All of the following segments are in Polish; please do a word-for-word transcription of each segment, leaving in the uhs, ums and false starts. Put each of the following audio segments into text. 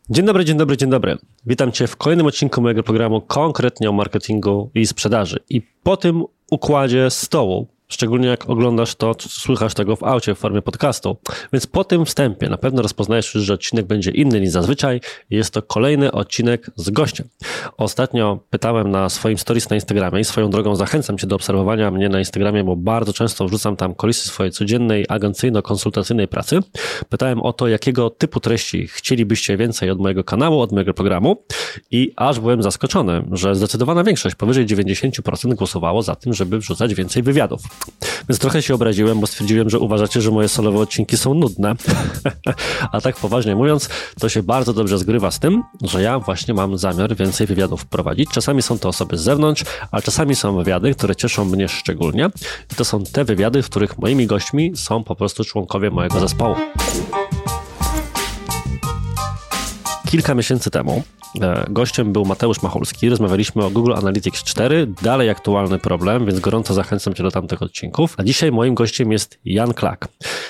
Dzień dobry, dzień dobry, dzień dobry. Witam Cię w kolejnym odcinku mojego programu konkretnie o marketingu i sprzedaży. I po tym układzie stołu, szczególnie jak oglądasz to, słychasz tego w aucie w formie podcastu, więc po tym wstępie na pewno rozpoznajesz już, że odcinek będzie inny niż zazwyczaj. Jest to kolejny odcinek z gościem. Ostatnio pytałem na swoim stories na Instagramie i swoją drogą zachęcam Cię do obserwowania mnie na Instagramie, bo bardzo często wrzucam tam kulisy swojej codziennej agencyjno-konsultacyjnej pracy. Pytałem o to, jakiego typu treści chcielibyście więcej od mojego kanału, od mojego programu i aż byłem zaskoczony, że zdecydowana większość, powyżej dziewięćdziesiąt procent głosowało za tym, żeby wrzucać więcej wywiadów. Więc trochę się obraziłem, bo stwierdziłem, że uważacie, że moje solowe odcinki są nudne. A tak poważnie mówiąc, to się bardzo dobrze zgrywa z tym, że ja właśnie mam zamiar więcej wywiadów prowadzić. Czasami są to osoby z zewnątrz, a czasami są wywiady, które cieszą mnie szczególnie. I to są te wywiady, w których moimi gośćmi są po prostu członkowie mojego zespołu. Kilka miesięcy temu gościem był Mateusz Machulski, rozmawialiśmy o Google Analytics cztery, dalej aktualny problem, więc gorąco zachęcam Cię do tamtych odcinków. A dzisiaj moim gościem jest Jan Klak.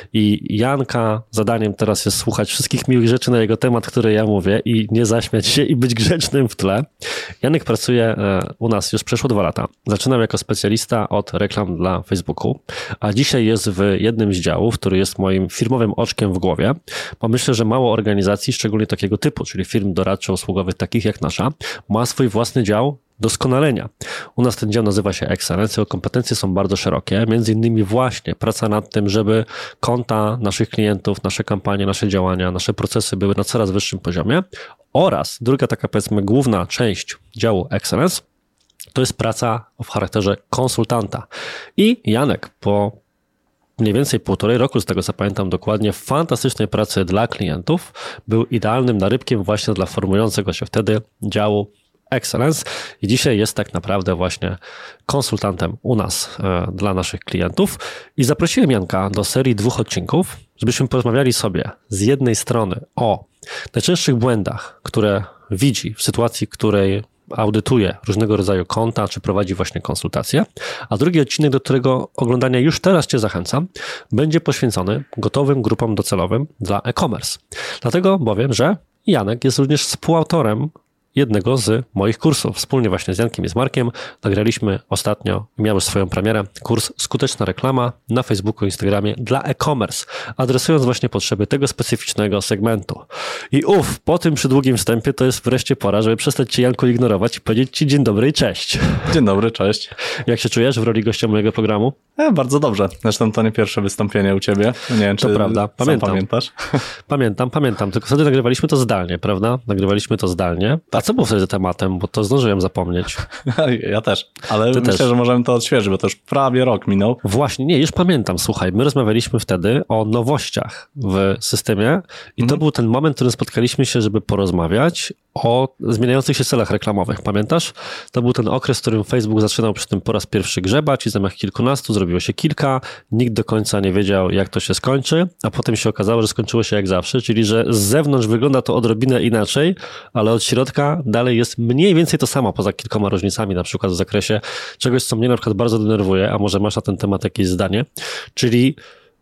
I Janka zadaniem teraz jest słuchać wszystkich miłych rzeczy na jego temat, które ja mówię i nie zaśmiać się i być grzecznym w tle. Janek pracuje u nas już przeszło dwa lata. Zaczynał jako specjalista od reklam dla Facebooku, a dzisiaj jest w jednym z działów, który jest moim firmowym oczkiem w głowie, bo myślę, że mało organizacji, szczególnie takiego typu, czyli firm doradczo-usługowych takich jak nasza, ma swój własny dział doskonalenia. U nas ten dział nazywa się Excellence, jego kompetencje są bardzo szerokie, między innymi właśnie praca nad tym, żeby konta naszych klientów, nasze kampanie, nasze działania, nasze procesy były na coraz wyższym poziomie oraz druga taka powiedzmy główna część działu Excellence to jest praca w charakterze konsultanta. I Janek po mniej więcej półtorej roku, z tego co pamiętam dokładnie, fantastycznej pracy dla klientów, był idealnym narybkiem właśnie dla formującego się wtedy działu Excellence i dzisiaj jest tak naprawdę właśnie konsultantem u nas e, dla naszych klientów i zaprosiłem Janka do serii dwóch odcinków, żebyśmy porozmawiali sobie z jednej strony o najczęstszych błędach, które widzi w sytuacji, w której audytuje różnego rodzaju konta, czy prowadzi właśnie konsultacje, a drugi odcinek, do którego oglądania już teraz Cię zachęcam, będzie poświęcony gotowym grupom docelowym dla e-commerce. Dlatego bowiem, że Janek jest również współautorem jednego z moich kursów. Wspólnie właśnie z Jankiem i z Markiem nagraliśmy ostatnio, miał już swoją premierę, kurs Skuteczna reklama na Facebooku i Instagramie dla e-commerce, adresując właśnie potrzeby tego specyficznego segmentu. I uff, po tym przydługim wstępie to jest wreszcie pora, żeby przestać Cię, Janku, ignorować i powiedzieć Ci dzień dobry i cześć. Dzień dobry, cześć. Jak się czujesz w roli gościa mojego programu? E, bardzo dobrze. Zresztą to nie pierwsze wystąpienie u Ciebie. Nie wiem, czy to prawda. Pamiętam. pamiętasz. Pamiętam, pamiętam. Tylko wtedy nagrywaliśmy to zdalnie, prawda? Nagrywaliśmy to zdalnie. A co było wtedy tematem? Bo to zdążyłem zapomnieć. Ja też. Ale Ty myślę, też. że możemy to odświeżyć, bo to już prawie rok minął. Właśnie, nie, już pamiętam. Słuchaj, my rozmawialiśmy wtedy o nowościach w systemie i mm. to był ten moment, w którym spotkaliśmy się, żeby porozmawiać o zmieniających się celach reklamowych. Pamiętasz? To był ten okres, w którym Facebook zaczynał przy tym po raz pierwszy grzebać i zamiast kilkunastu zrobiło się kilka. Nikt do końca nie wiedział, jak to się skończy, a potem się okazało, że skończyło się jak zawsze, czyli że z zewnątrz wygląda to odrobinę inaczej, ale od środka dalej jest mniej więcej to samo, poza kilkoma różnicami, na przykład w zakresie czegoś, co mnie na przykład bardzo denerwuje, a może masz na ten temat jakieś zdanie, czyli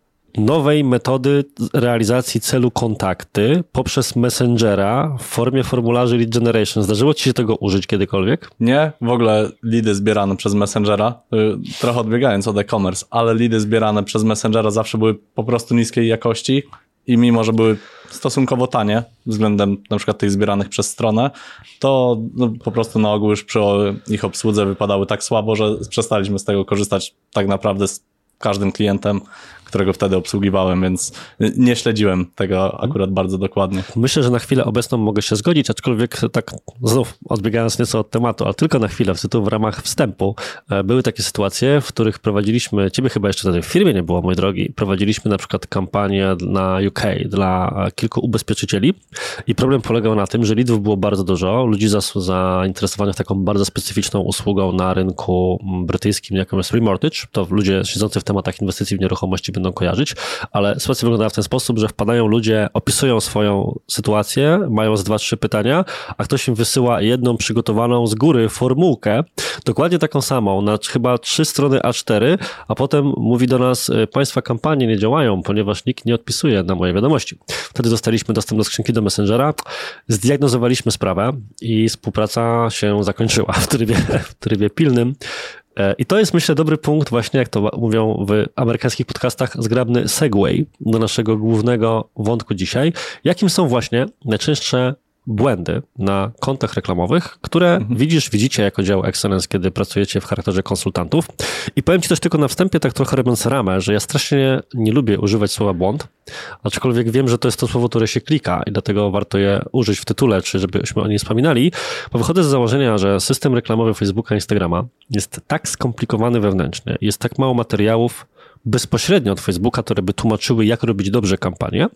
nowej metody realizacji celu kontakty poprzez Messengera w formie formularzy lead generation. Zdarzyło Ci się tego użyć kiedykolwiek? Nie, w ogóle leady zbierane przez Messengera, trochę odbiegając od e-commerce, ale leady zbierane przez Messengera zawsze były po prostu niskiej jakości i mimo, że były stosunkowo tanie względem na przykład tych zbieranych przez stronę, to no, po prostu na ogół już przy ich obsłudze wypadały tak słabo, że przestaliśmy z tego korzystać tak naprawdę z każdym klientem, którego wtedy obsługiwałem, więc nie śledziłem tego akurat bardzo dokładnie. Myślę, że na chwilę obecną mogę się zgodzić, aczkolwiek tak znów odbiegając nieco od tematu, ale tylko na chwilę, w ramach wstępu, były takie sytuacje, w których prowadziliśmy, ciebie chyba jeszcze wtedy w firmie nie było, mój drogi, prowadziliśmy na przykład kampanię na U K dla kilku ubezpieczycieli i problem polegał na tym, że leadów było bardzo dużo, ludzi zainteresowanych taką bardzo specyficzną usługą na rynku brytyjskim, jaką jest remortgage, to ludzie siedzący w temacie tematach inwestycji w nieruchomości będą kojarzyć, ale sytuacja wygląda w ten sposób, że wpadają ludzie, opisują swoją sytuację, mają z dwa, trzy pytania, a ktoś im wysyła jedną przygotowaną z góry formułkę, dokładnie taką samą, na chyba trzy strony A cztery, a potem mówi do nas, państwa kampanie nie działają, ponieważ nikt nie odpisuje na moje wiadomości. Wtedy dostaliśmy dostęp do skrzynki do Messengera, zdiagnozowaliśmy sprawę i współpraca się zakończyła w trybie, w trybie pilnym. I to jest, myślę, dobry punkt właśnie, jak to mówią w amerykańskich podcastach, zgrabny segway do naszego głównego wątku dzisiaj. Jakim są właśnie najczęstsze błędy na kontach reklamowych, które mhm. widzisz, widzicie jako dział Excellence, kiedy pracujecie w charakterze konsultantów. I powiem ci też tylko na wstępie, tak trochę robiąc ramę, że ja strasznie nie lubię używać słowa błąd, aczkolwiek wiem, że to jest to słowo, które się klika i dlatego warto je użyć w tytule, czy żebyśmy o nim wspominali, bo wychodzę z założenia, że system reklamowy Facebooka i Instagrama jest tak skomplikowany wewnętrznie, jest tak mało materiałów bezpośrednio od Facebooka, które by tłumaczyły, jak robić dobrze kampanię,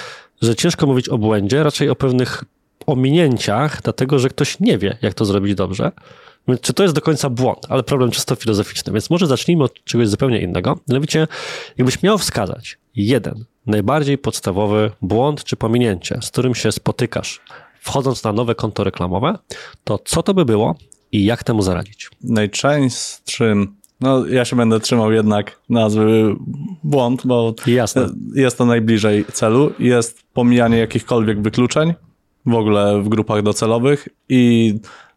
że ciężko mówić o błędzie, raczej o pewnych ominięciach, dlatego że ktoś nie wie, jak to zrobić dobrze. Więc czy to jest do końca błąd, ale problem czysto filozoficzny. Więc może zacznijmy od czegoś zupełnie innego. Mianowicie, jakbyś miał wskazać jeden najbardziej podstawowy błąd czy pominięcie, z którym się spotykasz, wchodząc na nowe konto reklamowe, to co to by było i jak temu zaradzić? Najczęstszym, no ja się będę trzymał jednak nazwy błąd, bo Jasne. jest to najbliżej celu, jest pomijanie jakichkolwiek wykluczeń, w ogóle w grupach docelowych i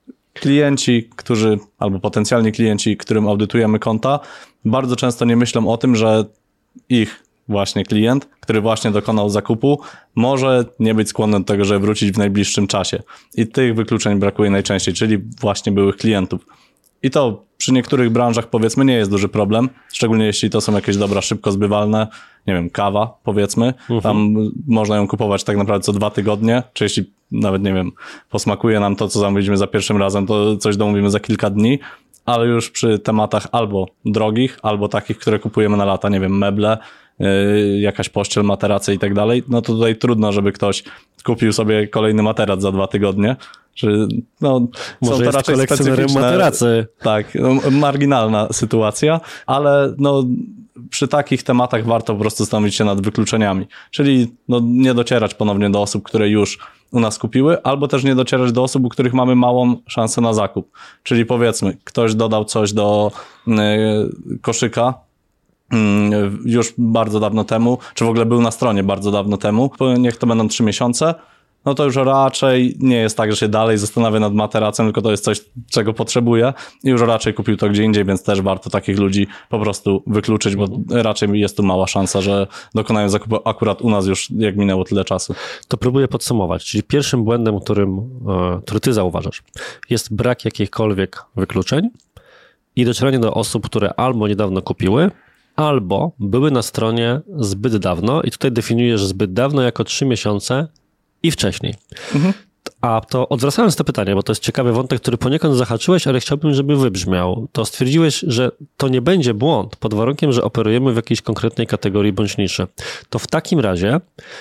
klienci, którzy, albo potencjalni klienci, którym audytujemy konta, bardzo często nie myślą o tym, że ich właśnie klient, który właśnie dokonał zakupu, może nie być skłonny do tego, żeby wrócić w najbliższym czasie. I tych wykluczeń brakuje najczęściej, czyli właśnie byłych klientów. I to przy niektórych branżach, powiedzmy, nie jest duży problem, szczególnie jeśli to są jakieś dobra szybko zbywalne, nie wiem, kawa, powiedzmy, uh-huh. tam można ją kupować tak naprawdę co dwa tygodnie, czy jeśli nawet, nie wiem, posmakuje nam to, co zamówiliśmy za pierwszym razem, to coś domówimy za kilka dni, ale już przy tematach albo drogich, albo takich, które kupujemy na lata, nie wiem, meble, yy, jakaś pościel, materace i tak dalej, no to tutaj trudno, żeby ktoś kupił sobie kolejny materac za dwa tygodnie, czy no, może są to jest raczej specyficzne, materacy. Tak, no, marginalna sytuacja, ale no przy takich tematach warto po prostu zastanowić się nad wykluczeniami, czyli no, nie docierać ponownie do osób, które już u nas kupiły, albo też nie docierać do osób, u których mamy małą szansę na zakup. Czyli powiedzmy, ktoś dodał coś do y, koszyka y, już bardzo dawno temu, czy w ogóle był na stronie bardzo dawno temu, niech to będą trzy miesiące, no to już raczej nie jest tak, że się dalej zastanawia nad materacem, tylko to jest coś, czego potrzebuje i już raczej kupił to gdzie indziej, więc też warto takich ludzi po prostu wykluczyć, bo raczej jest tu mała szansa, że dokonają zakupu akurat u nas już, jak minęło tyle czasu. To próbuję podsumować, czyli pierwszym błędem, którym, który ty zauważasz, jest brak jakichkolwiek wykluczeń i docieranie do osób, które albo niedawno kupiły, albo były na stronie zbyt dawno i tutaj definiujesz zbyt dawno jako trzy miesiące i wcześniej. Mhm. A to odwracając to pytanie, bo to jest ciekawy wątek, który poniekąd zahaczyłeś, ale chciałbym, żeby wybrzmiał. To stwierdziłeś, że to nie będzie błąd pod warunkiem, że operujemy w jakiejś konkretnej kategorii bądź niszy. To w takim razie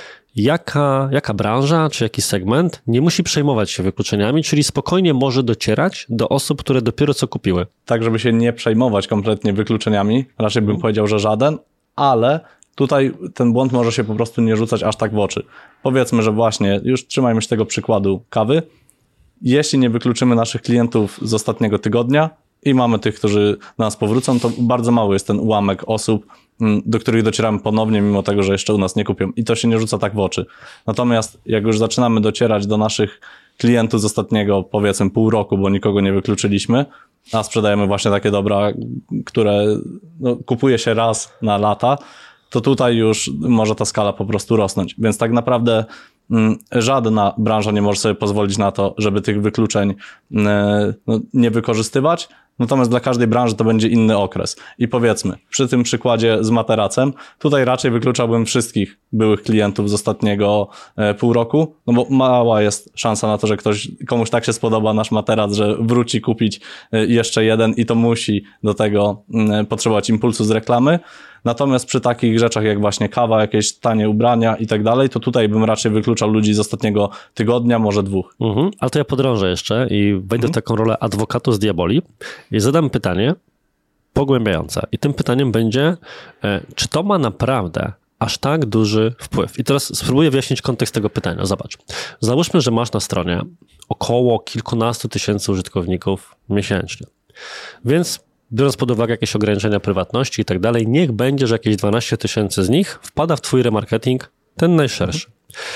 jaka, jaka branża czy jaki segment nie musi przejmować się wykluczeniami, czyli spokojnie może docierać do osób, które dopiero co kupiły? Tak, żeby się nie przejmować kompletnie wykluczeniami, raczej bym powiedział, że żaden, ale tutaj ten błąd może się po prostu nie rzucać aż tak w oczy. Powiedzmy, że właśnie, już trzymajmy się tego przykładu kawy. Jeśli nie wykluczymy naszych klientów z ostatniego tygodnia i mamy tych, którzy do nas powrócą, to bardzo mały jest ten ułamek osób, do których docieramy ponownie, mimo tego, że jeszcze u nas nie kupią. I to się nie rzuca tak w oczy. Natomiast jak już zaczynamy docierać do naszych klientów z ostatniego, powiedzmy, pół roku, bo nikogo nie wykluczyliśmy, a sprzedajemy właśnie takie dobra, które no, kupuje się raz na lata, to tutaj już może ta skala po prostu rosnąć. Więc tak naprawdę m, żadna branża nie może sobie pozwolić na to, żeby tych wykluczeń y, no, nie wykorzystywać. Natomiast dla każdej branży to będzie inny okres. I powiedzmy, przy tym przykładzie z materacem, tutaj raczej wykluczałbym wszystkich byłych klientów z ostatniego e, pół roku, no bo mała jest szansa na to, że ktoś, komuś tak się spodoba nasz materac, że wróci kupić e, jeszcze jeden i to musi do tego e, potrzebować impulsu z reklamy. Natomiast przy takich rzeczach jak właśnie kawa, jakieś tanie ubrania i tak dalej, to tutaj bym raczej wykluczał ludzi z ostatniego tygodnia, może dwóch. Mhm, ale to ja podrążę jeszcze i wejdę mhm. w taką rolę adwokatu z diaboli i zadam pytanie, pogłębiające. I tym pytaniem będzie, czy to ma naprawdę aż tak duży wpływ. I teraz spróbuję wyjaśnić kontekst tego pytania. Zobacz. Załóżmy, że masz na stronie około kilkunastu tysięcy użytkowników miesięcznie. Więc biorąc pod uwagę jakieś ograniczenia prywatności i tak dalej, niech będzie, że jakieś dwanaście tysięcy z nich wpada w twój remarketing, ten najszerszy.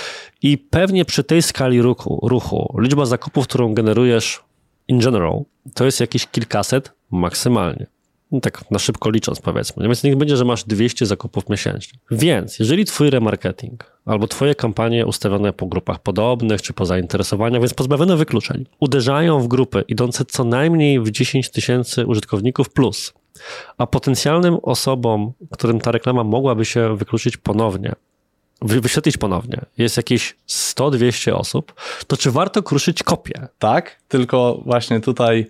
I pewnie przy tej skali ruchu, ruchu liczba zakupów, którą generujesz in general, to jest jakieś kilkaset maksymalnie. No tak na szybko licząc, powiedzmy. Więc niech będzie, że masz dwieście zakupów miesięcznie. Więc jeżeli twój remarketing albo twoje kampanie ustawione po grupach podobnych czy po zainteresowaniach, więc pozbawione wykluczeń, uderzają w grupy idące co najmniej w dziesięć tysięcy użytkowników plus, a potencjalnym osobom, którym ta reklama mogłaby się wykluczyć ponownie, wyświetlić ponownie, jest jakieś sto dwieście osób, to czy warto kruszyć kopię? Tak, tylko właśnie tutaj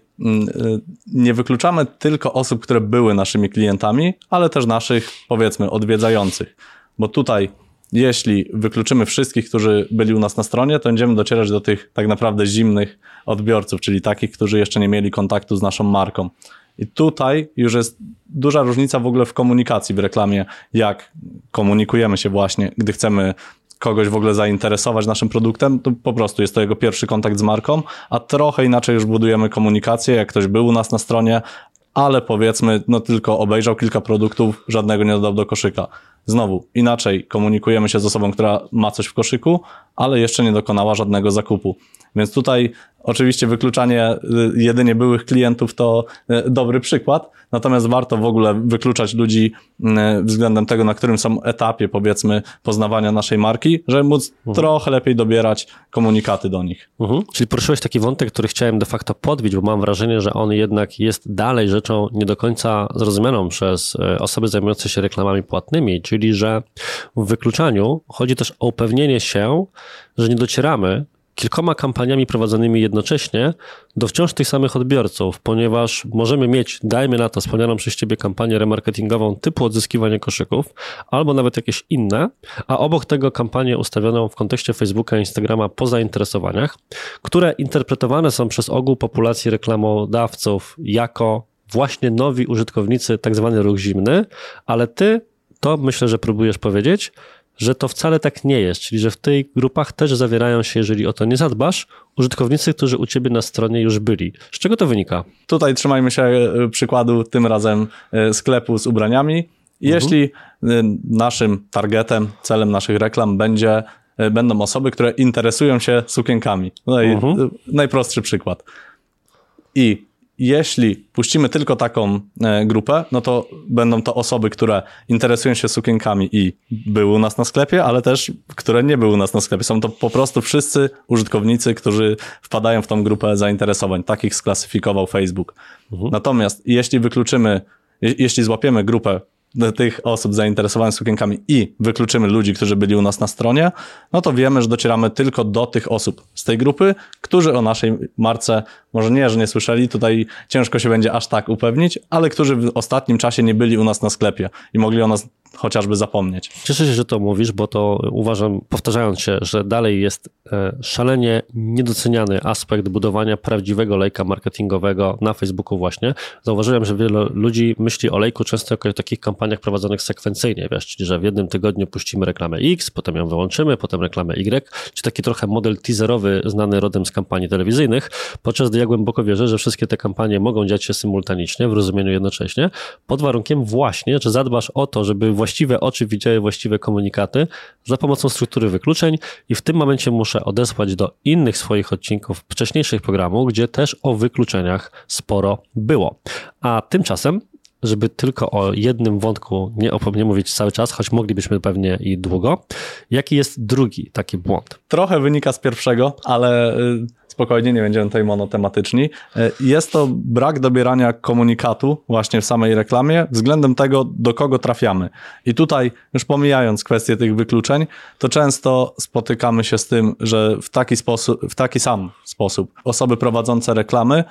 nie wykluczamy tylko osób, które były naszymi klientami, ale też naszych, powiedzmy, odwiedzających. Bo tutaj, jeśli wykluczymy wszystkich, którzy byli u nas na stronie, to będziemy docierać do tych tak naprawdę zimnych odbiorców, czyli takich, którzy jeszcze nie mieli kontaktu z naszą marką. I tutaj już jest duża różnica w ogóle w komunikacji w reklamie, jak komunikujemy się właśnie, gdy chcemy kogoś w ogóle zainteresować naszym produktem, to po prostu jest to jego pierwszy kontakt z marką, a trochę inaczej już budujemy komunikację, jak ktoś był u nas na stronie, ale powiedzmy, no tylko obejrzał kilka produktów, żadnego nie dodał do koszyka. Znowu, inaczej komunikujemy się z osobą, która ma coś w koszyku, ale jeszcze nie dokonała żadnego zakupu. Więc tutaj oczywiście wykluczanie jedynie byłych klientów to dobry przykład, natomiast warto w ogóle wykluczać ludzi względem tego, na którym są etapie, powiedzmy, poznawania naszej marki, żeby móc mhm. trochę lepiej dobierać komunikaty do nich. Mhm. Czyli poruszyłeś taki wątek, który chciałem de facto podbić, bo mam wrażenie, że on jednak jest dalej rzeczą nie do końca zrozumianą przez osoby zajmujące się reklamami płatnymi, czyli że w wykluczaniu chodzi też o upewnienie się, że nie docieramy kilkoma kampaniami prowadzonymi jednocześnie do wciąż tych samych odbiorców, ponieważ możemy mieć, dajmy na to, wspomnianą przez ciebie kampanię remarketingową typu odzyskiwanie koszyków, albo nawet jakieś inne, a obok tego kampanię ustawioną w kontekście Facebooka i Instagrama po zainteresowaniach, które interpretowane są przez ogół populacji reklamodawców jako właśnie nowi użytkownicy, tak zwany ruch zimny, ale ty to myślę, że próbujesz powiedzieć, że to wcale tak nie jest, czyli że w tych grupach też zawierają się, jeżeli o to nie zadbasz, użytkownicy, którzy u ciebie na stronie już byli. Z czego to wynika? Tutaj trzymajmy się przykładu tym razem sklepu z ubraniami. Jeśli mhm. naszym targetem, celem naszych reklam będzie, będą osoby, które interesują się sukienkami. No i mhm. najprostszy przykład. I jeśli puścimy tylko taką grupę, no to będą to osoby, które interesują się sukienkami i były u nas na sklepie, ale też które nie były u nas na sklepie. Są to po prostu wszyscy użytkownicy, którzy wpadają w tą grupę zainteresowań. Takich sklasyfikował Facebook. Mhm. Natomiast jeśli wykluczymy, jeśli złapiemy grupę tych osób zainteresowanych sukienkami i wykluczymy ludzi, którzy byli u nas na stronie, no to wiemy, że docieramy tylko do tych osób z tej grupy, którzy o naszej marce, może nie, że nie słyszeli, tutaj ciężko się będzie aż tak upewnić, ale którzy w ostatnim czasie nie byli u nas na sklepie i mogli o nas chociażby zapomnieć. Cieszę się, że to mówisz, bo to uważam, powtarzając się, że dalej jest szalenie niedoceniany aspekt budowania prawdziwego lejka marketingowego na Facebooku właśnie. Zauważyłem, że wiele ludzi myśli o lejku często jako o takich kampaniach prowadzonych sekwencyjnie, wiesz, czyli że w jednym tygodniu puścimy reklamę X, potem ją wyłączymy, potem reklamę Y, czy taki trochę model teaserowy znany rodem z kampanii telewizyjnych, podczas gdy ja głęboko wierzę, że wszystkie te kampanie mogą dziać się symultanicznie, w rozumieniu jednocześnie, pod warunkiem właśnie, że zadbasz o to, żeby właściwe oczy widziały właściwe komunikaty za pomocą struktury wykluczeń i w tym momencie muszę odesłać do innych swoich odcinków wcześniejszych programu, gdzie też o wykluczeniach sporo było. A tymczasem, żeby tylko o jednym wątku nie, nie mówić cały czas, choć moglibyśmy pewnie i długo, jaki jest drugi taki błąd? Trochę wynika z pierwszego, ale spokojnie, nie będziemy tutaj monotematyczni. Jest to brak dobierania komunikatu właśnie w samej reklamie względem tego, do kogo trafiamy. I tutaj, już pomijając kwestię tych wykluczeń, to często spotykamy się z tym, że w taki sposób, w taki sam sposób osoby prowadzące reklamy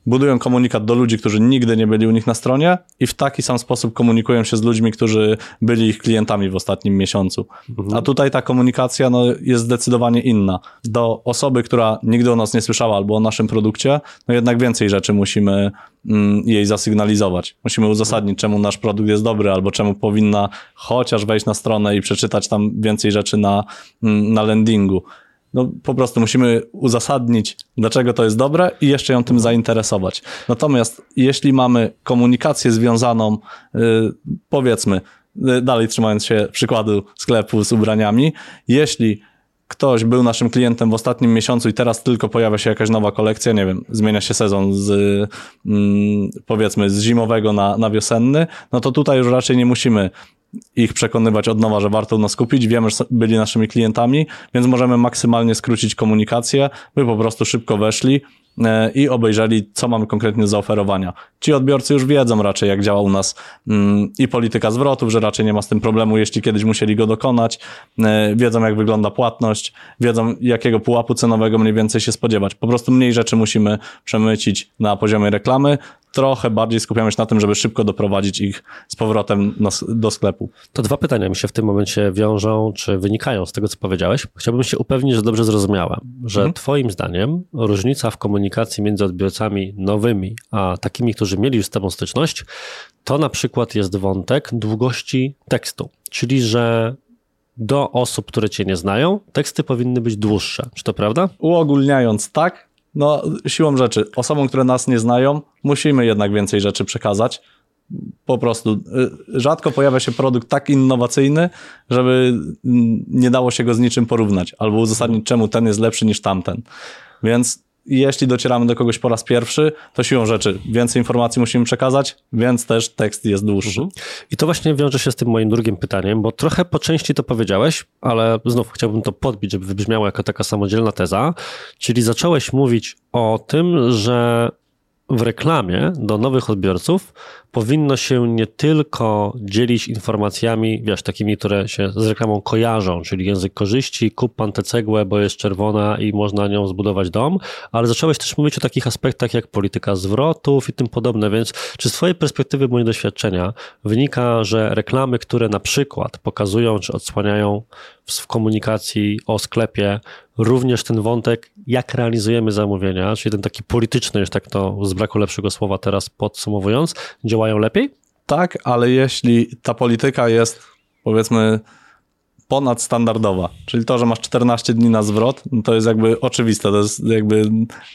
budują komunikat do ludzi, którzy nigdy nie byli u nich na stronie i w taki sam sposób komunikują się z ludźmi, którzy byli ich klientami w ostatnim miesiącu. Mhm. A tutaj ta komunikacja no, jest zdecydowanie inna. Do osoby, która nigdy o nas nie słyszała albo o naszym produkcie, no jednak więcej rzeczy musimy mm, jej zasygnalizować. Musimy uzasadnić, czemu nasz produkt jest dobry albo czemu powinna chociaż wejść na stronę i przeczytać tam więcej rzeczy na, na landingu. No po prostu musimy uzasadnić, dlaczego to jest dobre i jeszcze ją tym zainteresować. Natomiast jeśli mamy komunikację związaną, yy, powiedzmy, yy, dalej trzymając się przykładu sklepu z ubraniami, jeśli ktoś był naszym klientem w ostatnim miesiącu i teraz tylko pojawia się jakaś nowa kolekcja, nie wiem, zmienia się sezon z yy, powiedzmy z zimowego na, na wiosenny, no to tutaj już raczej nie musimy ich przekonywać od nowa, że warto nas kupić. Wiemy, że byli naszymi klientami, więc możemy maksymalnie skrócić komunikację, by po prostu szybko weszli i obejrzeli, co mamy konkretnie do zaoferowania. Ci odbiorcy już wiedzą raczej, jak działa u nas i polityka zwrotów, że raczej nie ma z tym problemu, jeśli kiedyś musieli go dokonać. Wiedzą, jak wygląda płatność, wiedzą, jakiego pułapu cenowego mniej więcej się spodziewać. Po prostu mniej rzeczy musimy przemycić na poziomie reklamy. Trochę bardziej skupiamy się na tym, żeby szybko doprowadzić ich z powrotem na, do sklepu. To dwa pytania mi się w tym momencie wiążą, czy wynikają z tego, co powiedziałeś. Chciałbym się upewnić, że dobrze zrozumiałem, że mhm. twoim zdaniem różnica w komunikacji między odbiorcami nowymi, a takimi, którzy mieli już z tobą styczność, to na przykład jest wątek długości tekstu, czyli że do osób, które cię nie znają, teksty powinny być dłuższe. Czy to prawda? Uogólniając tak, no siłą rzeczy, osobom, które nas nie znają, musimy jednak więcej rzeczy przekazać. Po prostu rzadko pojawia się produkt tak innowacyjny, żeby nie dało się go z niczym porównać albo uzasadnić, czemu ten jest lepszy niż tamten. Więc jeśli docieramy do kogoś po raz pierwszy, to siłą rzeczy więcej informacji musimy przekazać, więc też tekst jest dłuższy. Mhm. I to właśnie wiąże się z tym moim drugim pytaniem, bo trochę po części to powiedziałeś, ale znów chciałbym to podbić, żeby wybrzmiało jako taka samodzielna teza, czyli zacząłeś mówić o tym, że w reklamie do nowych odbiorców powinno się nie tylko dzielić informacjami, wiesz, takimi, które się z reklamą kojarzą, czyli język korzyści, kup pan tę cegłę, bo jest czerwona i można nią zbudować dom, ale zacząłeś też mówić o takich aspektach jak polityka zwrotów i tym podobne, więc czy z twojej perspektywy, bądź doświadczenia wynika, że reklamy, które na przykład pokazują czy odsłaniają w komunikacji o sklepie również ten wątek, jak realizujemy zamówienia, czyli ten taki polityczny, już tak to z braku lepszego słowa teraz podsumowując, działają lepiej? Tak, ale jeśli ta polityka jest, powiedzmy, ponadstandardowa, czyli to, że masz czternaście dni na zwrot, no to jest jakby oczywiste, to jest jakby,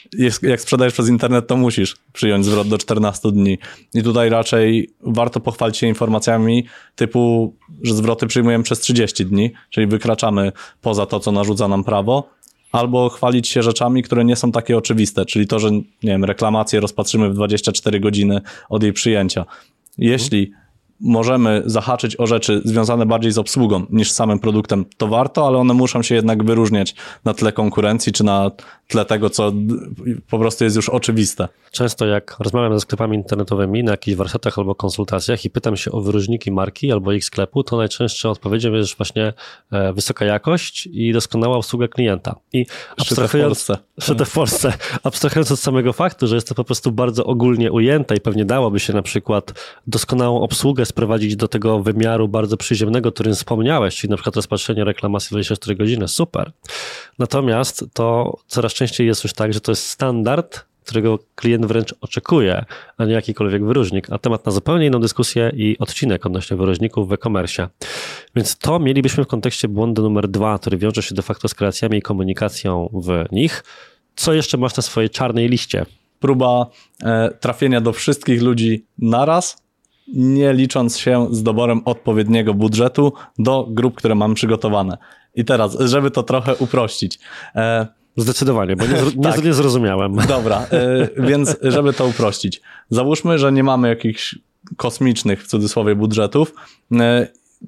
jak sprzedajesz przez internet, to musisz przyjąć zwrot do czternastu dni. I tutaj raczej warto pochwalić się informacjami typu, że zwroty przyjmujemy przez trzydzieści dni, czyli wykraczamy poza to, co narzuca nam prawo, albo chwalić się rzeczami, które nie są takie oczywiste, czyli to, że, nie wiem, reklamację rozpatrzymy w dwadzieścia cztery godziny od jej przyjęcia. Jeśli możemy zahaczyć o rzeczy związane bardziej z obsługą niż z samym produktem, to warto, ale one muszą się jednak wyróżniać na tle konkurencji, czy na tle tego, co po prostu jest już oczywiste. Często jak rozmawiam ze sklepami internetowymi na jakichś warsztatach albo konsultacjach i pytam się o wyróżniki marki albo ich sklepu, to najczęstszą odpowiedzią jest właśnie wysoka jakość i doskonała obsługa klienta. I abstrahując, szyte w Polsce. Szyte w Polsce. Abstrahując od samego faktu, że jest to po prostu bardzo ogólnie ujęte i pewnie dałoby się na przykład doskonałą obsługę sprowadzić do tego wymiaru bardzo przyziemnego, o którym wspomniałeś, czyli na przykład rozpatrzenie reklamacji dwadzieścia cztery godziny. Super. Natomiast to coraz częściej jest już tak, że to jest standard, którego klient wręcz oczekuje, a nie jakikolwiek wyróżnik. A temat na zupełnie inną dyskusję i odcinek odnośnie wyróżników w e-commerce. Więc to mielibyśmy w kontekście błędu numer dwa, który wiąże się de facto z kreacjami i komunikacją w nich. Co jeszcze masz na swojej czarnej liście? Próba e, trafienia do wszystkich ludzi naraz, nie licząc się z doborem odpowiedniego budżetu do grup, które mamy przygotowane. I teraz, żeby to trochę uprościć. E, Zdecydowanie, bo nie, nie, tak. nie zrozumiałem. Dobra, e, więc żeby to uprościć. Załóżmy, że nie mamy jakichś kosmicznych, w cudzysłowie, budżetów e,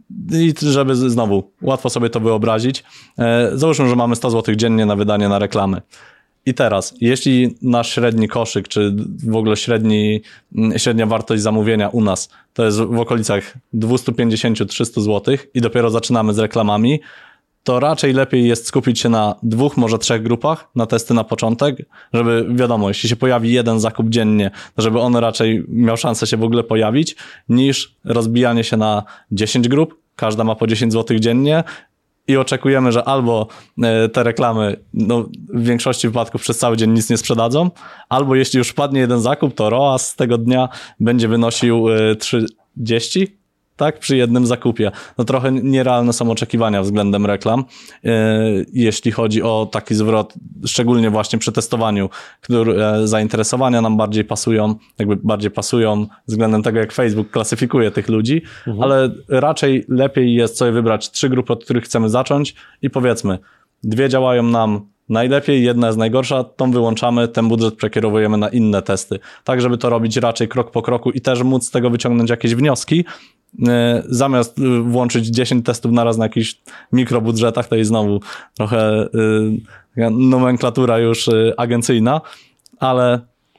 i żeby znowu łatwo sobie to wyobrazić. E, załóżmy, że mamy sto złotych dziennie na wydanie na reklamy. I teraz, jeśli nasz średni koszyk, czy w ogóle średni, średnia wartość zamówienia u nas to jest w okolicach dwieście pięćdziesiąt do trzystu złotych i dopiero zaczynamy z reklamami, to raczej lepiej jest skupić się na dwóch, może trzech grupach, na testy na początek, żeby wiadomo, jeśli się pojawi jeden zakup dziennie, to żeby on raczej miał szansę się w ogóle pojawić, niż rozbijanie się na dziesięć grup, każda ma po dziesięć złotych dziennie i oczekujemy, że albo te reklamy no, w większości wypadków przez cały dzień nic nie sprzedadzą, albo jeśli już wpadnie jeden zakup, to R O A S z tego dnia będzie wynosił trzydzieści, tak, przy jednym zakupie. No trochę nierealne są oczekiwania względem reklam, yy, jeśli chodzi o taki zwrot, szczególnie właśnie przy testowaniu, które zainteresowania nam bardziej pasują, jakby bardziej pasują względem tego, jak Facebook klasyfikuje tych ludzi, mhm. ale raczej lepiej jest sobie wybrać trzy grupy, od których chcemy zacząć i powiedzmy, dwie działają nam najlepiej, jedna jest najgorsza, tą wyłączamy, ten budżet przekierowujemy na inne testy. Tak, żeby to robić raczej krok po kroku i też móc z tego wyciągnąć jakieś wnioski, zamiast włączyć dziesięć testów naraz na jakichś mikrobudżetach, to jest znowu trochę nomenklatura już agencyjna, ale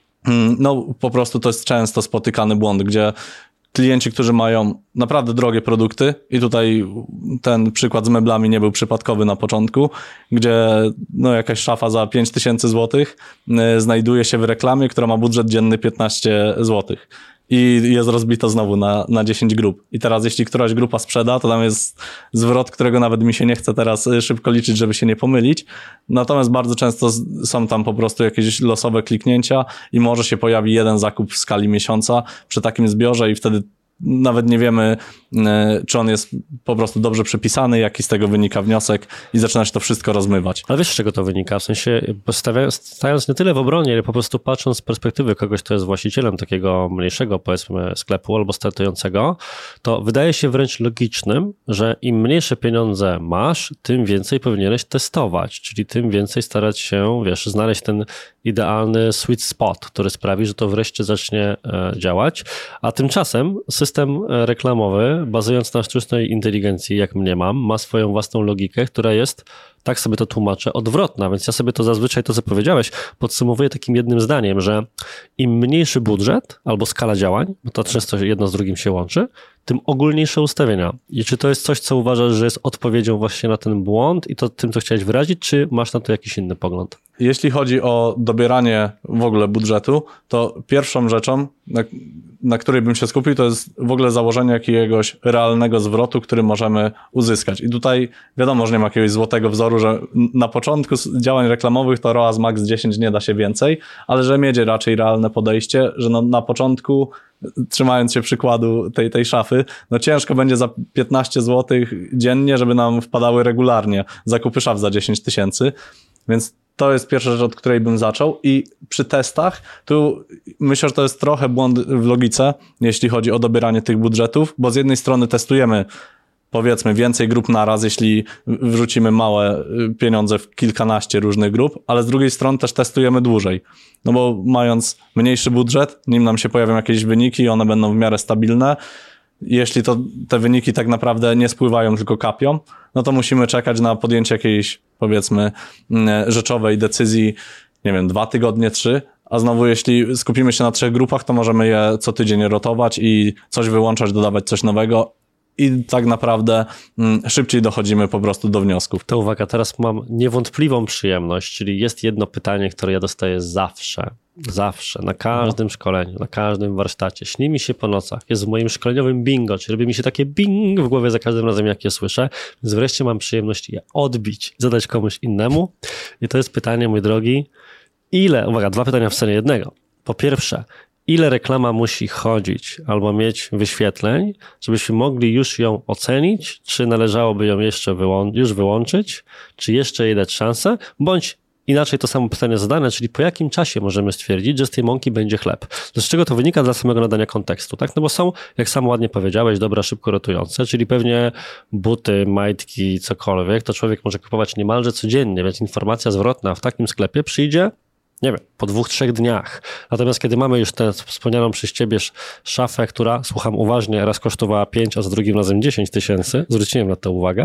no po prostu to jest często spotykany błąd, gdzie klienci, którzy mają naprawdę drogie produkty i tutaj ten przykład z meblami nie był przypadkowy na początku, gdzie no jakaś szafa za pięć tysięcy złotych znajduje się w reklamie, która ma budżet dzienny piętnaście złotych. I jest rozbito znowu na, na dziesięć grup. I teraz jeśli któraś grupa sprzeda, to tam jest zwrot, którego nawet mi się nie chce teraz szybko liczyć, żeby się nie pomylić. Natomiast bardzo często są tam po prostu jakieś losowe kliknięcia i może się pojawi jeden zakup w skali miesiąca przy takim zbiorze i wtedy nawet nie wiemy, czy on jest po prostu dobrze przepisany, jaki z tego wynika wniosek i zaczyna się to wszystko rozmywać. Ale wiesz, z czego to wynika? W sensie stając nie tyle w obronie, ale po prostu patrząc z perspektywy kogoś, kto jest właścicielem takiego mniejszego, powiedzmy, sklepu albo startującego, to wydaje się wręcz logicznym, że im mniejsze pieniądze masz, tym więcej powinieneś testować, czyli tym więcej starać się, wiesz, znaleźć ten idealny sweet spot, który sprawi, że to wreszcie zacznie działać, a tymczasem system reklamowy, bazując na sztucznej inteligencji, jak mniemam, ma swoją własną logikę, która jest, tak sobie to tłumaczę, odwrotna, więc ja sobie to zazwyczaj, to co powiedziałeś, podsumowuję takim jednym zdaniem, że im mniejszy budżet albo skala działań, bo to często jedno z drugim się łączy, tym ogólniejsze ustawienia. I czy to jest coś, co uważasz, że jest odpowiedzią właśnie na ten błąd i to tym, co chciałeś wyrazić, czy masz na to jakiś inny pogląd? Jeśli chodzi o dobieranie w ogóle budżetu, to pierwszą rzeczą, na, na której bym się skupił, to jest w ogóle założenie jakiegoś realnego zwrotu, który możemy uzyskać. I tutaj wiadomo, że nie ma jakiegoś złotego wzoru, że na początku działań reklamowych to R O A S max dziesięć nie da się więcej, ale że mieć raczej realne podejście, że no, na początku, trzymając się przykładu tej, tej szafy, no ciężko będzie za piętnaście złotych dziennie, żeby nam wpadały regularnie zakupy szaf za dziesięć tysięcy, więc to jest pierwsza rzecz, od której bym zaczął i przy testach, tu myślę, że to jest trochę błąd w logice, jeśli chodzi o dobieranie tych budżetów, bo z jednej strony testujemy powiedzmy więcej grup naraz, jeśli wrzucimy małe pieniądze w kilkanaście różnych grup, ale z drugiej strony też testujemy dłużej. No bo mając mniejszy budżet, nim nam się pojawią jakieś wyniki, one będą w miarę stabilne. Jeśli to te wyniki tak naprawdę nie spływają, tylko kapią, no to musimy czekać na podjęcie jakiejś, powiedzmy, rzeczowej decyzji, nie wiem, dwa tygodnie, trzy, a znowu jeśli skupimy się na trzech grupach, to możemy je co tydzień rotować i coś wyłączać, dodawać coś nowego, i tak naprawdę mm, szybciej dochodzimy po prostu do wniosków. To uwaga, teraz mam niewątpliwą przyjemność, czyli jest jedno pytanie, które ja dostaję zawsze, zawsze, na każdym no. szkoleniu, na każdym warsztacie. Śni mi się po nocach, jest w moim szkoleniowym bingo, czyli robi mi się takie bing w głowie za każdym razem, jak je słyszę, więc wreszcie mam przyjemność je odbić, zadać komuś innemu. I to jest pytanie, mój drogi, ile, uwaga, dwa pytania w scenie jednego. Po pierwsze, ile reklama musi chodzić albo mieć wyświetleń, żebyśmy mogli już ją ocenić, czy należałoby ją jeszcze wyłą- już wyłączyć, czy jeszcze jej dać szansę, bądź inaczej to samo pytanie zadane, czyli po jakim czasie możemy stwierdzić, że z tej mąki będzie chleb. Z czego to wynika? Dla samego nadania kontekstu, tak? No bo są, jak sam ładnie powiedziałeś, dobra, szybko rotujące, czyli pewnie buty, majtki, cokolwiek, to człowiek może kupować niemalże codziennie, więc informacja zwrotna w takim sklepie przyjdzie, nie wiem, po dwóch, trzech dniach. Natomiast kiedy mamy już tę wspomnianą przez ciebie szafę, która, słucham uważnie, raz kosztowała pięć, a za drugim razem dziesięć tysięcy, zwróciłem na to uwagę,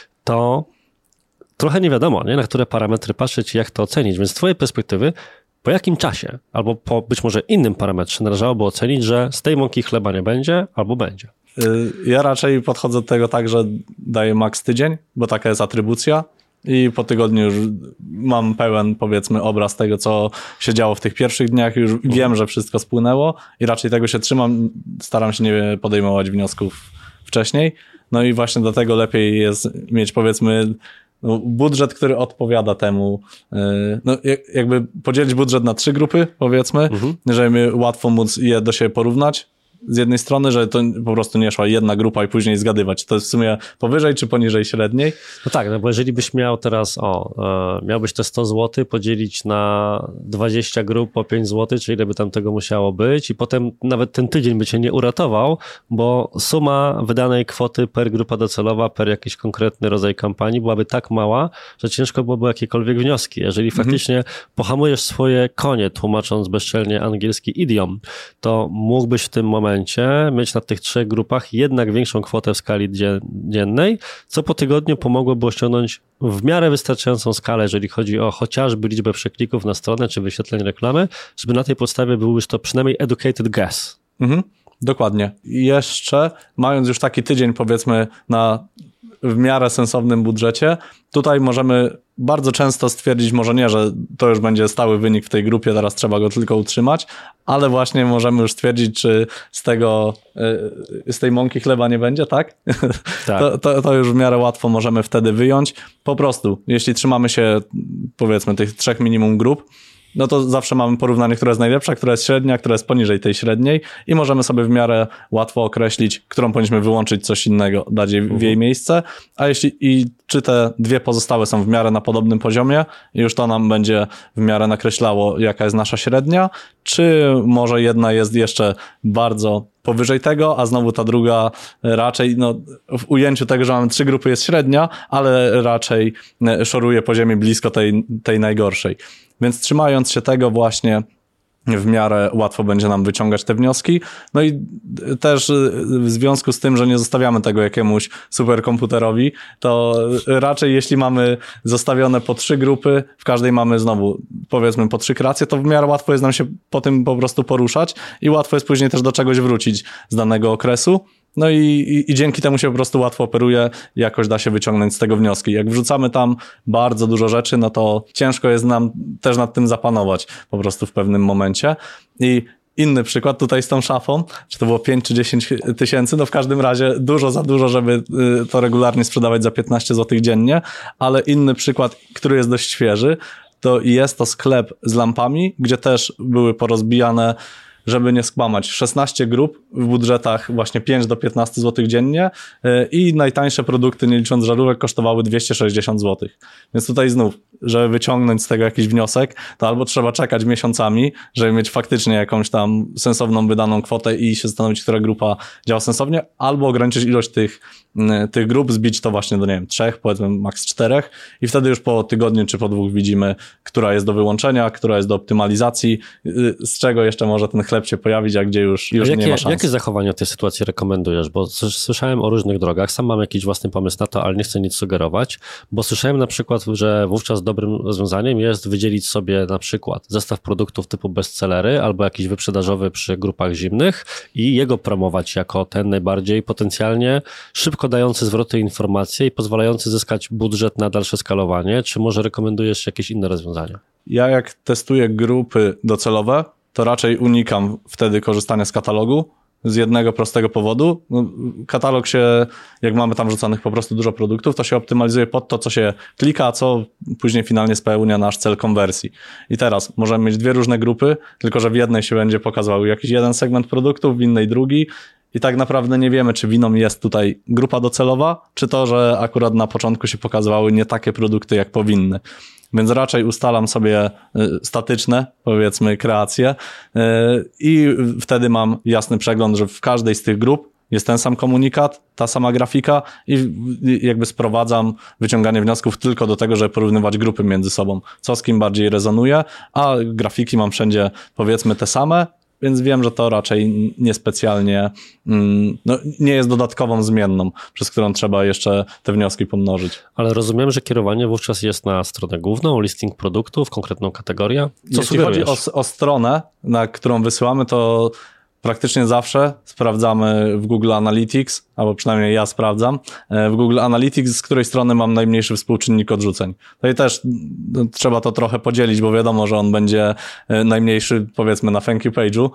to trochę nie wiadomo, nie? Na które parametry patrzeć i jak to ocenić. Więc z twojej perspektywy, po jakim czasie, albo po być może innym parametrze należałoby ocenić, że z tej mąki chleba nie będzie, albo będzie? Ja raczej podchodzę do tego tak, że daję max tydzień, bo taka jest atrybucja i po tygodniu już mam pełen, powiedzmy, obraz tego, co się działo w tych pierwszych dniach. Już mhm. wiem, że wszystko spłynęło i raczej tego się trzymam. Staram się nie podejmować wniosków wcześniej. No i właśnie dlatego lepiej jest mieć, powiedzmy, no, budżet, który odpowiada temu, no jakby podzielić budżet na trzy grupy, powiedzmy, mhm. żeby łatwo móc je do siebie porównać. Z jednej strony, że to po prostu nie szła jedna grupa i później zgadywać, to jest w sumie powyżej czy poniżej średniej. No tak, no bo jeżeli byś miał teraz, o, e, miałbyś te sto złotych podzielić na dwadzieścia grup po pięć złotych, czy ile by tam tego musiało być i potem nawet ten tydzień by cię nie uratował, bo suma wydanej kwoty per grupa docelowa, per jakiś konkretny rodzaj kampanii byłaby tak mała, że ciężko byłoby jakiekolwiek wnioski. Jeżeli mhm. faktycznie pohamujesz swoje konie, tłumacząc bezczelnie angielski idiom, to mógłbyś w tym momencie mieć na tych trzech grupach jednak większą kwotę w skali dziennej, co po tygodniu pomogłoby osiągnąć w miarę wystarczającą skalę, jeżeli chodzi o chociażby liczbę przeklików na stronę czy wyświetleń reklamy, żeby na tej podstawie był już to przynajmniej educated guess. Mhm, dokładnie. I jeszcze mając już taki tydzień, powiedzmy, na w miarę sensownym budżecie, tutaj możemy bardzo często stwierdzić, może nie, że to już będzie stały wynik w tej grupie, teraz trzeba go tylko utrzymać, ale właśnie możemy już stwierdzić, czy z tego, z tej mąki chleba nie będzie, tak? tak. To, to, to już w miarę łatwo możemy wtedy wyjąć. Po prostu, jeśli trzymamy się, powiedzmy, tych trzech minimum grup, no to zawsze mamy porównanie, która jest najlepsza, która jest średnia, która jest poniżej tej średniej i możemy sobie w miarę łatwo określić, którą powinniśmy wyłączyć, coś innego, dać jej, w jej miejsce, a jeśli i czy te dwie pozostałe są w miarę na podobnym poziomie i już to nam będzie w miarę nakreślało, jaka jest nasza średnia, czy może jedna jest jeszcze bardzo powyżej tego, a znowu ta druga raczej, no w ujęciu tego, że mamy trzy grupy jest średnia, ale raczej szoruje poziomie blisko tej, tej najgorszej. Więc trzymając się tego właśnie w miarę łatwo będzie nam wyciągać te wnioski. No i też w związku z tym, że nie zostawiamy tego jakiemuś superkomputerowi, to raczej jeśli mamy zostawione po trzy grupy, w każdej mamy znowu powiedzmy po trzy kreacje, to w miarę łatwo jest nam się po tym po prostu poruszać i łatwo jest później też do czegoś wrócić z danego okresu. No i, i, i dzięki temu się po prostu łatwo operuje i jakoś da się wyciągnąć z tego wnioski. Jak wrzucamy tam bardzo dużo rzeczy, no to ciężko jest nam też nad tym zapanować po prostu w pewnym momencie. I inny przykład tutaj z tą szafą, czy to było pięć czy dziesięć tysięcy, no w każdym razie dużo za dużo, żeby to regularnie sprzedawać za piętnaście złotych dziennie, ale inny przykład, który jest dość świeży, to jest to sklep z lampami, gdzie też były porozbijane, żeby nie skłamać, szesnaście grup w budżetach właśnie pięć do piętnastu złotych dziennie i najtańsze produkty, nie licząc żarówek, kosztowały dwieście sześćdziesiąt złotych. Więc tutaj znów, żeby wyciągnąć z tego jakiś wniosek, to albo trzeba czekać miesiącami, żeby mieć faktycznie jakąś tam sensowną wydaną kwotę i się zastanowić, która grupa działa sensownie, albo ograniczyć ilość tych, tych grup, zbić to właśnie do, nie wiem, trzech, powiedzmy maks czterech i wtedy już po tygodniu czy po dwóch widzimy, która jest do wyłączenia, która jest do optymalizacji, z czego jeszcze może ten chleb się pojawić, a gdzie już, już jakie, nie ma szans. Jakie zachowania w tej sytuacji rekomendujesz? Bo słyszałem o różnych drogach, sam mam jakiś własny pomysł na to, ale nie chcę nic sugerować, bo słyszałem na przykład, że wówczas dobrym rozwiązaniem jest wydzielić sobie na przykład zestaw produktów typu bestsellery albo jakiś wyprzedażowy przy grupach zimnych i jego promować jako ten najbardziej potencjalnie szybko dający zwroty informacje i pozwalający zyskać budżet na dalsze skalowanie. Czy może rekomendujesz jakieś inne rozwiązania? Ja jak testuję grupy docelowe, to raczej unikam wtedy korzystania z katalogu z jednego prostego powodu. No, katalog się, jak mamy tam rzucanych po prostu dużo produktów, to się optymalizuje pod to, co się klika, a co później finalnie spełnia nasz cel konwersji. I teraz możemy mieć dwie różne grupy, tylko że w jednej się będzie pokazywał jakiś jeden segment produktów, w innej drugi. I tak naprawdę nie wiemy, czy winą jest tutaj grupa docelowa, czy to, że akurat na początku się pokazywały nie takie produkty, jak powinny. Więc raczej ustalam sobie statyczne, powiedzmy, kreacje i wtedy mam jasny przegląd, że w każdej z tych grup jest ten sam komunikat, ta sama grafika i jakby sprowadzam wyciąganie wniosków tylko do tego, żeby porównywać grupy między sobą, co z kim bardziej rezonuje, a grafiki mam wszędzie, powiedzmy, te same, więc wiem, że to raczej niespecjalnie, no, nie jest dodatkową zmienną, przez którą trzeba jeszcze te wnioski pomnożyć. Ale rozumiem, że kierowanie wówczas jest na stronę główną, listing produktów, konkretną kategorię. Co Jeśli chodzi o, o stronę, na którą wysyłamy, to praktycznie zawsze sprawdzamy w Google Analytics, albo przynajmniej ja sprawdzam, w Google Analytics, z której strony mam najmniejszy współczynnik odrzuceń. No i też no, trzeba to trochę podzielić, bo wiadomo, że on będzie najmniejszy, powiedzmy, na thank you page'u.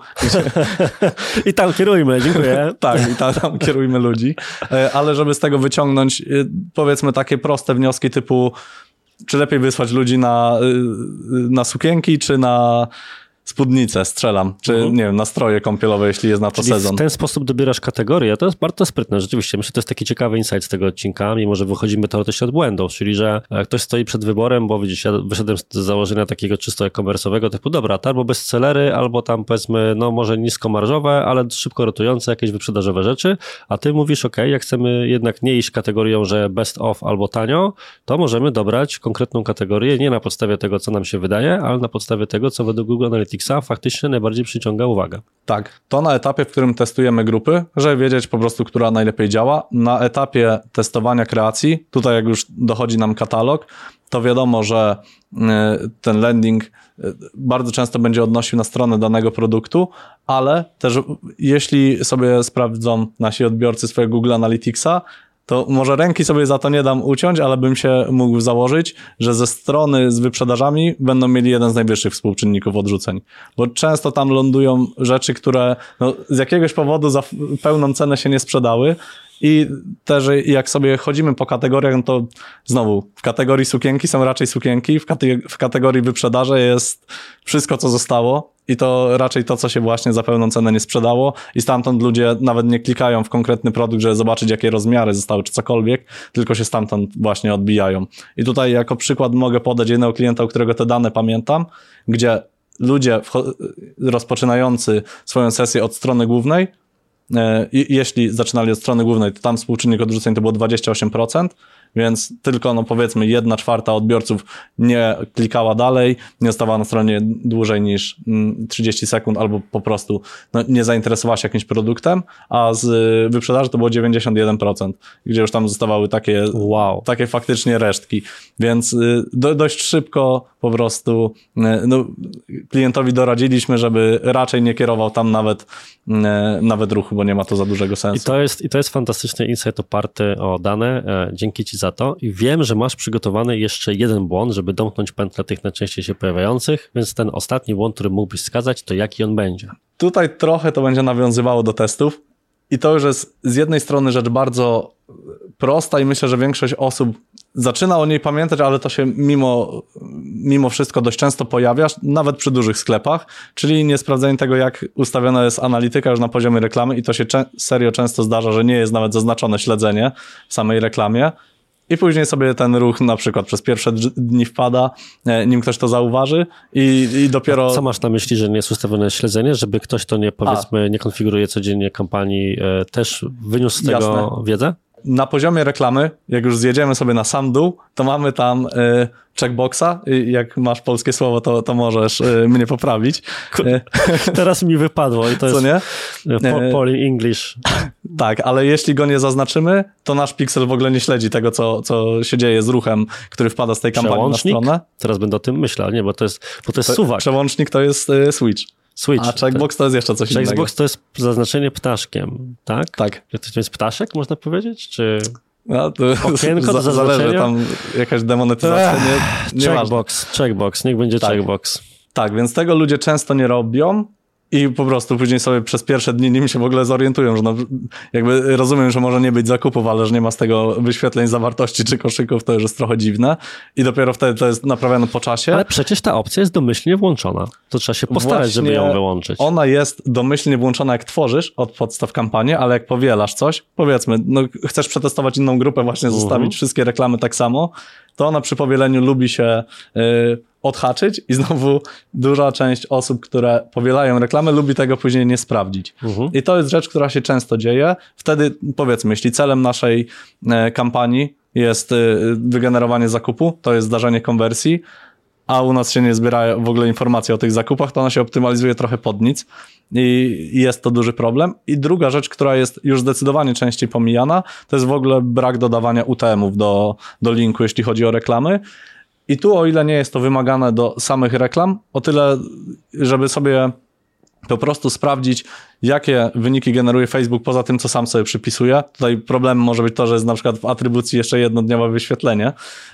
I tam kierujmy, dziękuję. Tak, i tam, tam kierujmy ludzi. Ale żeby z tego wyciągnąć, powiedzmy, takie proste wnioski typu, czy lepiej wysłać ludzi na, na sukienki, czy na spódnicę, strzelam, czy mhm. nie wiem, nastroje kąpielowe, jeśli jest na to Czyli sezon. w ten sposób dobierasz kategorię, to jest bardzo sprytne, rzeczywiście. Myślę, że to jest taki ciekawy insight z tego odcinka, mimo że wychodzimy teoretycznie od błędów, czyli że ktoś stoi przed wyborem, bo widzisz, ja wyszedłem z założenia takiego czysto e-commerce'owego typu, dobra, to albo bestsellery, albo tam powiedzmy, no może niskomarżowe, ale szybko rotujące jakieś wyprzedażowe rzeczy, a ty mówisz, ok, jak chcemy jednak nie iść kategorią, że best of albo tanio, to możemy dobrać konkretną kategorię, nie na podstawie tego, co nam się wydaje, ale na podstawie tego, co według Google Analytics faktycznie najbardziej przyciąga uwagę. Tak, to na etapie, w którym testujemy grupy, żeby wiedzieć po prostu, która najlepiej działa. Na etapie testowania kreacji, tutaj jak już dochodzi nam katalog, to wiadomo, że ten landing bardzo często będzie odnosił na stronę danego produktu, ale też jeśli sobie sprawdzą nasi odbiorcy swojego Google Analyticsa, to może ręki sobie za to nie dam uciąć, ale bym się mógł założyć, że ze strony z wyprzedażami będą mieli jeden z najwyższych współczynników odrzuceń. Bo często tam lądują rzeczy, które no, z jakiegoś powodu za pełną cenę się nie sprzedały. I też jak sobie chodzimy po kategoriach, no to znowu w kategorii sukienki są raczej sukienki, w, kate- w kategorii wyprzedaży jest wszystko, co zostało i to raczej to, co się właśnie za pełną cenę nie sprzedało i stamtąd ludzie nawet nie klikają w konkretny produkt, żeby zobaczyć, jakie rozmiary zostały, czy cokolwiek, tylko się stamtąd właśnie odbijają. I tutaj jako przykład mogę podać jednego klienta, u którego te dane pamiętam, gdzie ludzie wcho- rozpoczynający swoją sesję od strony głównej, jeśli zaczynali od strony głównej, to tam współczynnik odrzuceń to było dwadzieścia osiem procent, więc tylko no powiedzmy jedna czwarta odbiorców nie klikała dalej, nie zostawała na stronie dłużej niż trzydzieści sekund albo po prostu no, nie zainteresowała się jakimś produktem, a z wyprzedaży to było dziewięćdziesiąt jeden procent, gdzie już tam zostawały takie, wow. takie faktycznie resztki, więc do, dość szybko po prostu no, klientowi doradziliśmy, żeby raczej nie kierował tam nawet, nawet ruchu, bo nie ma to za dużego sensu. I to jest, i to jest fantastyczny insight oparty o dane. Dzięki ci za to. I wiem, że masz przygotowany jeszcze jeden błąd, żeby domknąć pętlę tych najczęściej się pojawiających, więc ten ostatni błąd, który mógłbyś wskazać, to jaki on będzie? Tutaj trochę to będzie nawiązywało do testów i to już jest z jednej strony rzecz bardzo prosta i myślę, że większość osób zaczyna o niej pamiętać, ale to się mimo, mimo wszystko dość często pojawia, nawet przy dużych sklepach, czyli nie sprawdzenie tego, jak ustawiona jest analityka już na poziomie reklamy i to się cze- serio często zdarza, że nie jest nawet zaznaczone śledzenie w samej reklamie i później sobie ten ruch na przykład przez pierwsze dni wpada, nim ktoś to zauważy i, i dopiero... A co masz na myśli, że nie jest ustawione śledzenie, żeby ktoś, kto nie, powiedzmy, A. nie konfiguruje codziennie kampanii, też wyniósł z tego Jasne. wiedzę? Na poziomie reklamy, jak już zjedziemy sobie na sam dół, to mamy tam y, checkboxa. Y, jak masz polskie słowo, to, to możesz y, mnie poprawić. Y, Teraz mi wypadło i to Co jest nie? Po, Poli English. Tak, ale jeśli go nie zaznaczymy, to nasz piksel w ogóle nie śledzi tego, co, co się dzieje z ruchem, który wpada z tej kampanii Przełącznik? na stronę. Teraz będę o tym myślał, nie, bo to jest, bo to jest to, suwak. Przełącznik to jest y, switch. Switch. A checkbox to jest jeszcze coś checkbox innego. Checkbox to jest zaznaczenie ptaszkiem, tak? Tak. To jest ptaszek, można powiedzieć? Czy no, to okienko do z- zależy, tam jakaś demonetyzacja. Nie, nie checkbox, checkbox, niech będzie tak. checkbox. Tak, więc tego ludzie często nie robią i po prostu później sobie przez pierwsze dni nim się w ogóle zorientują, że no, jakby rozumiem, że może nie być zakupów, ale że nie ma z tego wyświetleń zawartości czy koszyków, to już jest trochę dziwne i dopiero wtedy to jest naprawiane po czasie. Ale przecież ta opcja jest domyślnie włączona. To trzeba się postarać, Właśnie żeby ją wyłączyć. Ona jest domyślnie włączona, jak tworzysz od podstaw kampanię, ale jak powielasz coś, powiedzmy, no chcesz przetestować inną grupę, właśnie zostawić uh-huh. wszystkie reklamy tak samo, to ona przy powieleniu lubi się yy, odhaczyć i znowu duża część osób, które powielają reklamę, lubi tego później nie sprawdzić. Uh-huh. I to jest rzecz, która się często dzieje. Wtedy powiedzmy, jeśli celem naszej yy, kampanii jest yy, wygenerowanie zakupu, to jest zdarzenie konwersji, a u nas się nie zbiera w ogóle informacji o tych zakupach, to ona się optymalizuje trochę pod nic i jest to duży problem. I druga rzecz, która jest już zdecydowanie częściej pomijana, to jest w ogóle brak dodawania U T M-ów do, do linku, jeśli chodzi o reklamy. I tu, o ile nie jest to wymagane do samych reklam, o tyle, żeby sobie po prostu sprawdzić, jakie wyniki generuje Facebook poza tym, co sam sobie przypisuje. Tutaj problemem może być to, że jest na przykład w atrybucji jeszcze jednodniowe wyświetlenie.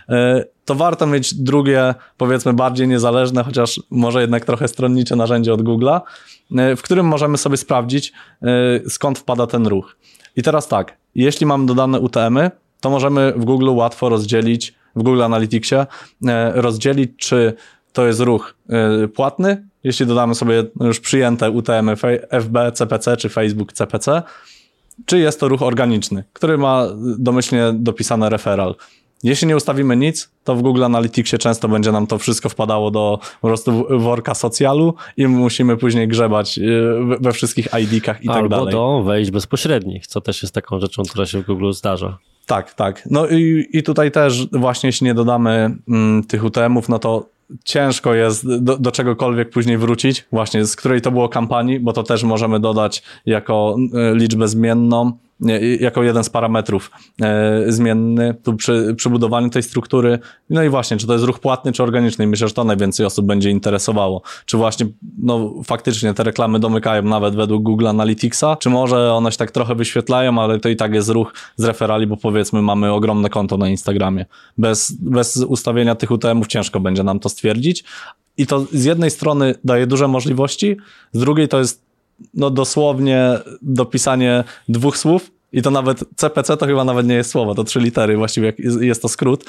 To warto mieć drugie, powiedzmy bardziej niezależne, chociaż może jednak trochę stronnicze narzędzie od Google'a, w którym możemy sobie sprawdzić, skąd wpada ten ruch. I teraz tak, jeśli mamy dodane U T M-y, to możemy w Google łatwo rozdzielić, w Google Analyticsie rozdzielić, czy to jest ruch płatny, jeśli dodamy sobie już przyjęte U T M-y F B C P C czy Facebook C P C, czy jest to ruch organiczny, który ma domyślnie dopisane referral. Jeśli nie ustawimy nic, to w Google Analyticsie często będzie nam to wszystko wpadało do po prostu worka socjalu i musimy później grzebać we wszystkich I D-kach i tak dalej. Albo do wejść bezpośrednich, co też jest taką rzeczą, która się w Google zdarza. Tak, tak. No i, i tutaj też właśnie jeśli nie dodamy mm, tych U T M-ów, no to ciężko jest do, do czegokolwiek później wrócić, właśnie z której to było kampanii, bo to też możemy dodać jako liczbę zmienną, jako jeden z parametrów e, zmienny tu przy, przy budowaniu tej struktury. No i właśnie, czy to jest ruch płatny, czy organiczny. I myślę, że to najwięcej osób będzie interesowało. Czy właśnie, no faktycznie te reklamy domykają nawet według Google Analyticsa, czy może one się tak trochę wyświetlają, ale to i tak jest ruch z referali, bo powiedzmy mamy ogromne konto na Instagramie. Bez, bez ustawienia tych U T M-ów ciężko będzie nam to stwierdzić. I to z jednej strony daje duże możliwości, z drugiej to jest no dosłownie dopisanie dwóch słów i to nawet C P C to chyba nawet nie jest słowo, to trzy litery, właściwie jest to skrót.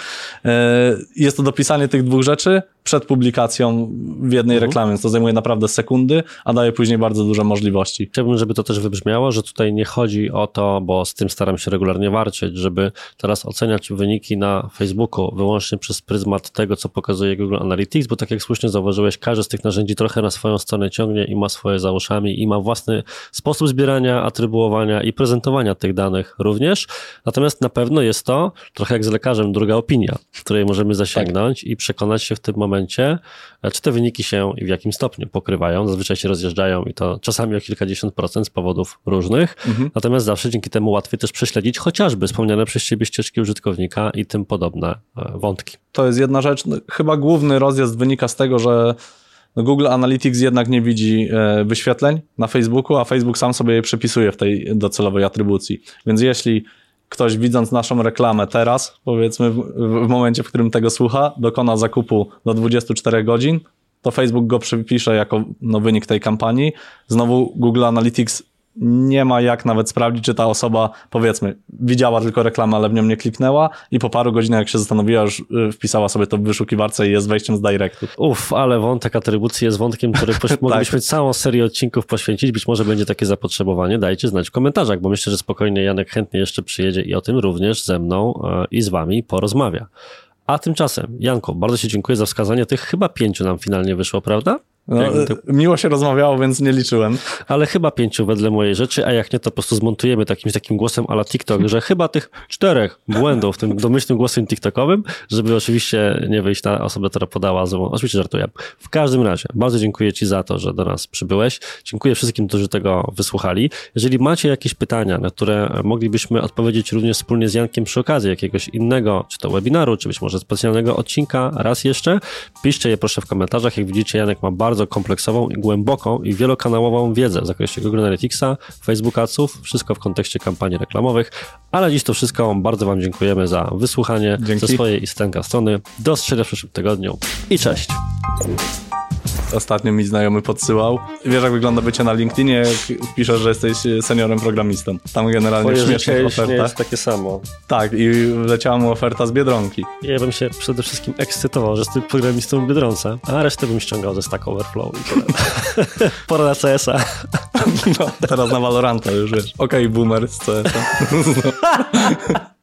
Jest to dopisanie tych dwóch rzeczy przed publikacją w jednej mhm. reklamie, więc to zajmuje naprawdę sekundy, a daje później bardzo duże możliwości. Chciałbym, żeby to też wybrzmiało, że tutaj nie chodzi o to, bo z tym staram się regularnie walczyć, żeby teraz oceniać wyniki na Facebooku wyłącznie przez pryzmat tego, co pokazuje Google Analytics, bo tak jak słusznie zauważyłeś, każdy z tych narzędzi trochę na swoją stronę ciągnie i ma swoje za uszami i ma własny sposób zbierania, atrybuowania i prezentowania tych danych również. Natomiast na pewno jest to trochę jak z lekarzem druga opinia, której możemy zasięgnąć tak. i przekonać się w tym momencie, czy te wyniki się i w jakim stopniu pokrywają. Zazwyczaj się rozjeżdżają i to czasami o kilkadziesiąt procent z powodów różnych. Mhm. Natomiast zawsze dzięki temu łatwiej też prześledzić chociażby wspomniane przez ciebie ścieżki użytkownika i tym podobne wątki. To jest jedna rzecz. Chyba główny rozjazd wynika z tego, że Google Analytics jednak nie widzi wyświetleń na Facebooku, a Facebook sam sobie je przypisuje w tej docelowej atrybucji. Więc jeśli ktoś widząc naszą reklamę teraz, powiedzmy w, w momencie, w którym tego słucha, dokona zakupu do dwudziestu czterech godzin, to Facebook go przypisze jako no, wynik tej kampanii. Znowu Google Analytics nie ma jak nawet sprawdzić, czy ta osoba, powiedzmy, widziała tylko reklamę, ale w nią nie kliknęła i po paru godzinach, jak się zastanowiła, już wpisała sobie to w wyszukiwarce i jest wejściem z directu. Uff, ale wątek atrybucji jest wątkiem, który poś- moglibyśmy tak. całą serię odcinków poświęcić. Być może będzie takie zapotrzebowanie. Dajcie znać w komentarzach, bo myślę, że spokojnie Janek chętnie jeszcze przyjedzie i o tym również ze mną i z wami porozmawia. A tymczasem, Janku, bardzo ci dziękuję za wskazanie. Tych chyba pięciu nam finalnie wyszło, prawda? No, to... Miło się rozmawiało, więc nie liczyłem. Ale chyba pięciu wedle mojej rzeczy, a jak nie, to po prostu zmontujemy takim takim głosem a la TikTok, że chyba tych czterech błędów, tym domyślnym głosem TikTokowym, żeby oczywiście nie wyjść na osobę, która podała złą. Oczywiście żartuję. W każdym razie, bardzo dziękuję ci za to, że do nas przybyłeś. Dziękuję wszystkim, którzy tego wysłuchali. Jeżeli macie jakieś pytania, na które moglibyśmy odpowiedzieć również wspólnie z Jankiem przy okazji jakiegoś innego, czy to webinaru, czy być może specjalnego odcinka, raz jeszcze, piszcie je proszę w komentarzach. Jak widzicie, Janek ma bardzo kompleksową i głęboką i wielokanałową wiedzę w zakresie Google Analyticsa, Facebook Adsów, wszystko w kontekście kampanii reklamowych, ale dziś to wszystko. Bardzo wam dziękujemy za wysłuchanie Dzięki. ze swojej i Stenka strony. Do zobaczenia w przyszłym tygodniu i cześć! Ostatnio mi znajomy podsyłał. Wiesz, jak wygląda bycie na LinkedInie, jak wpiszesz, że jesteś seniorem programistą. Tam generalnie Twoje w śmiesznych ofertach. ofertach. jest takie samo. Tak, i wleciała mu oferta z Biedronki. Ja bym się przede wszystkim ekscytował, że jestem programistą w Biedronce, a resztę bym ściągał ze Stack Overflow i tyle. Pora na C S a. No, teraz na Valoranta już wiesz. Okej, okay, boomer z C S a.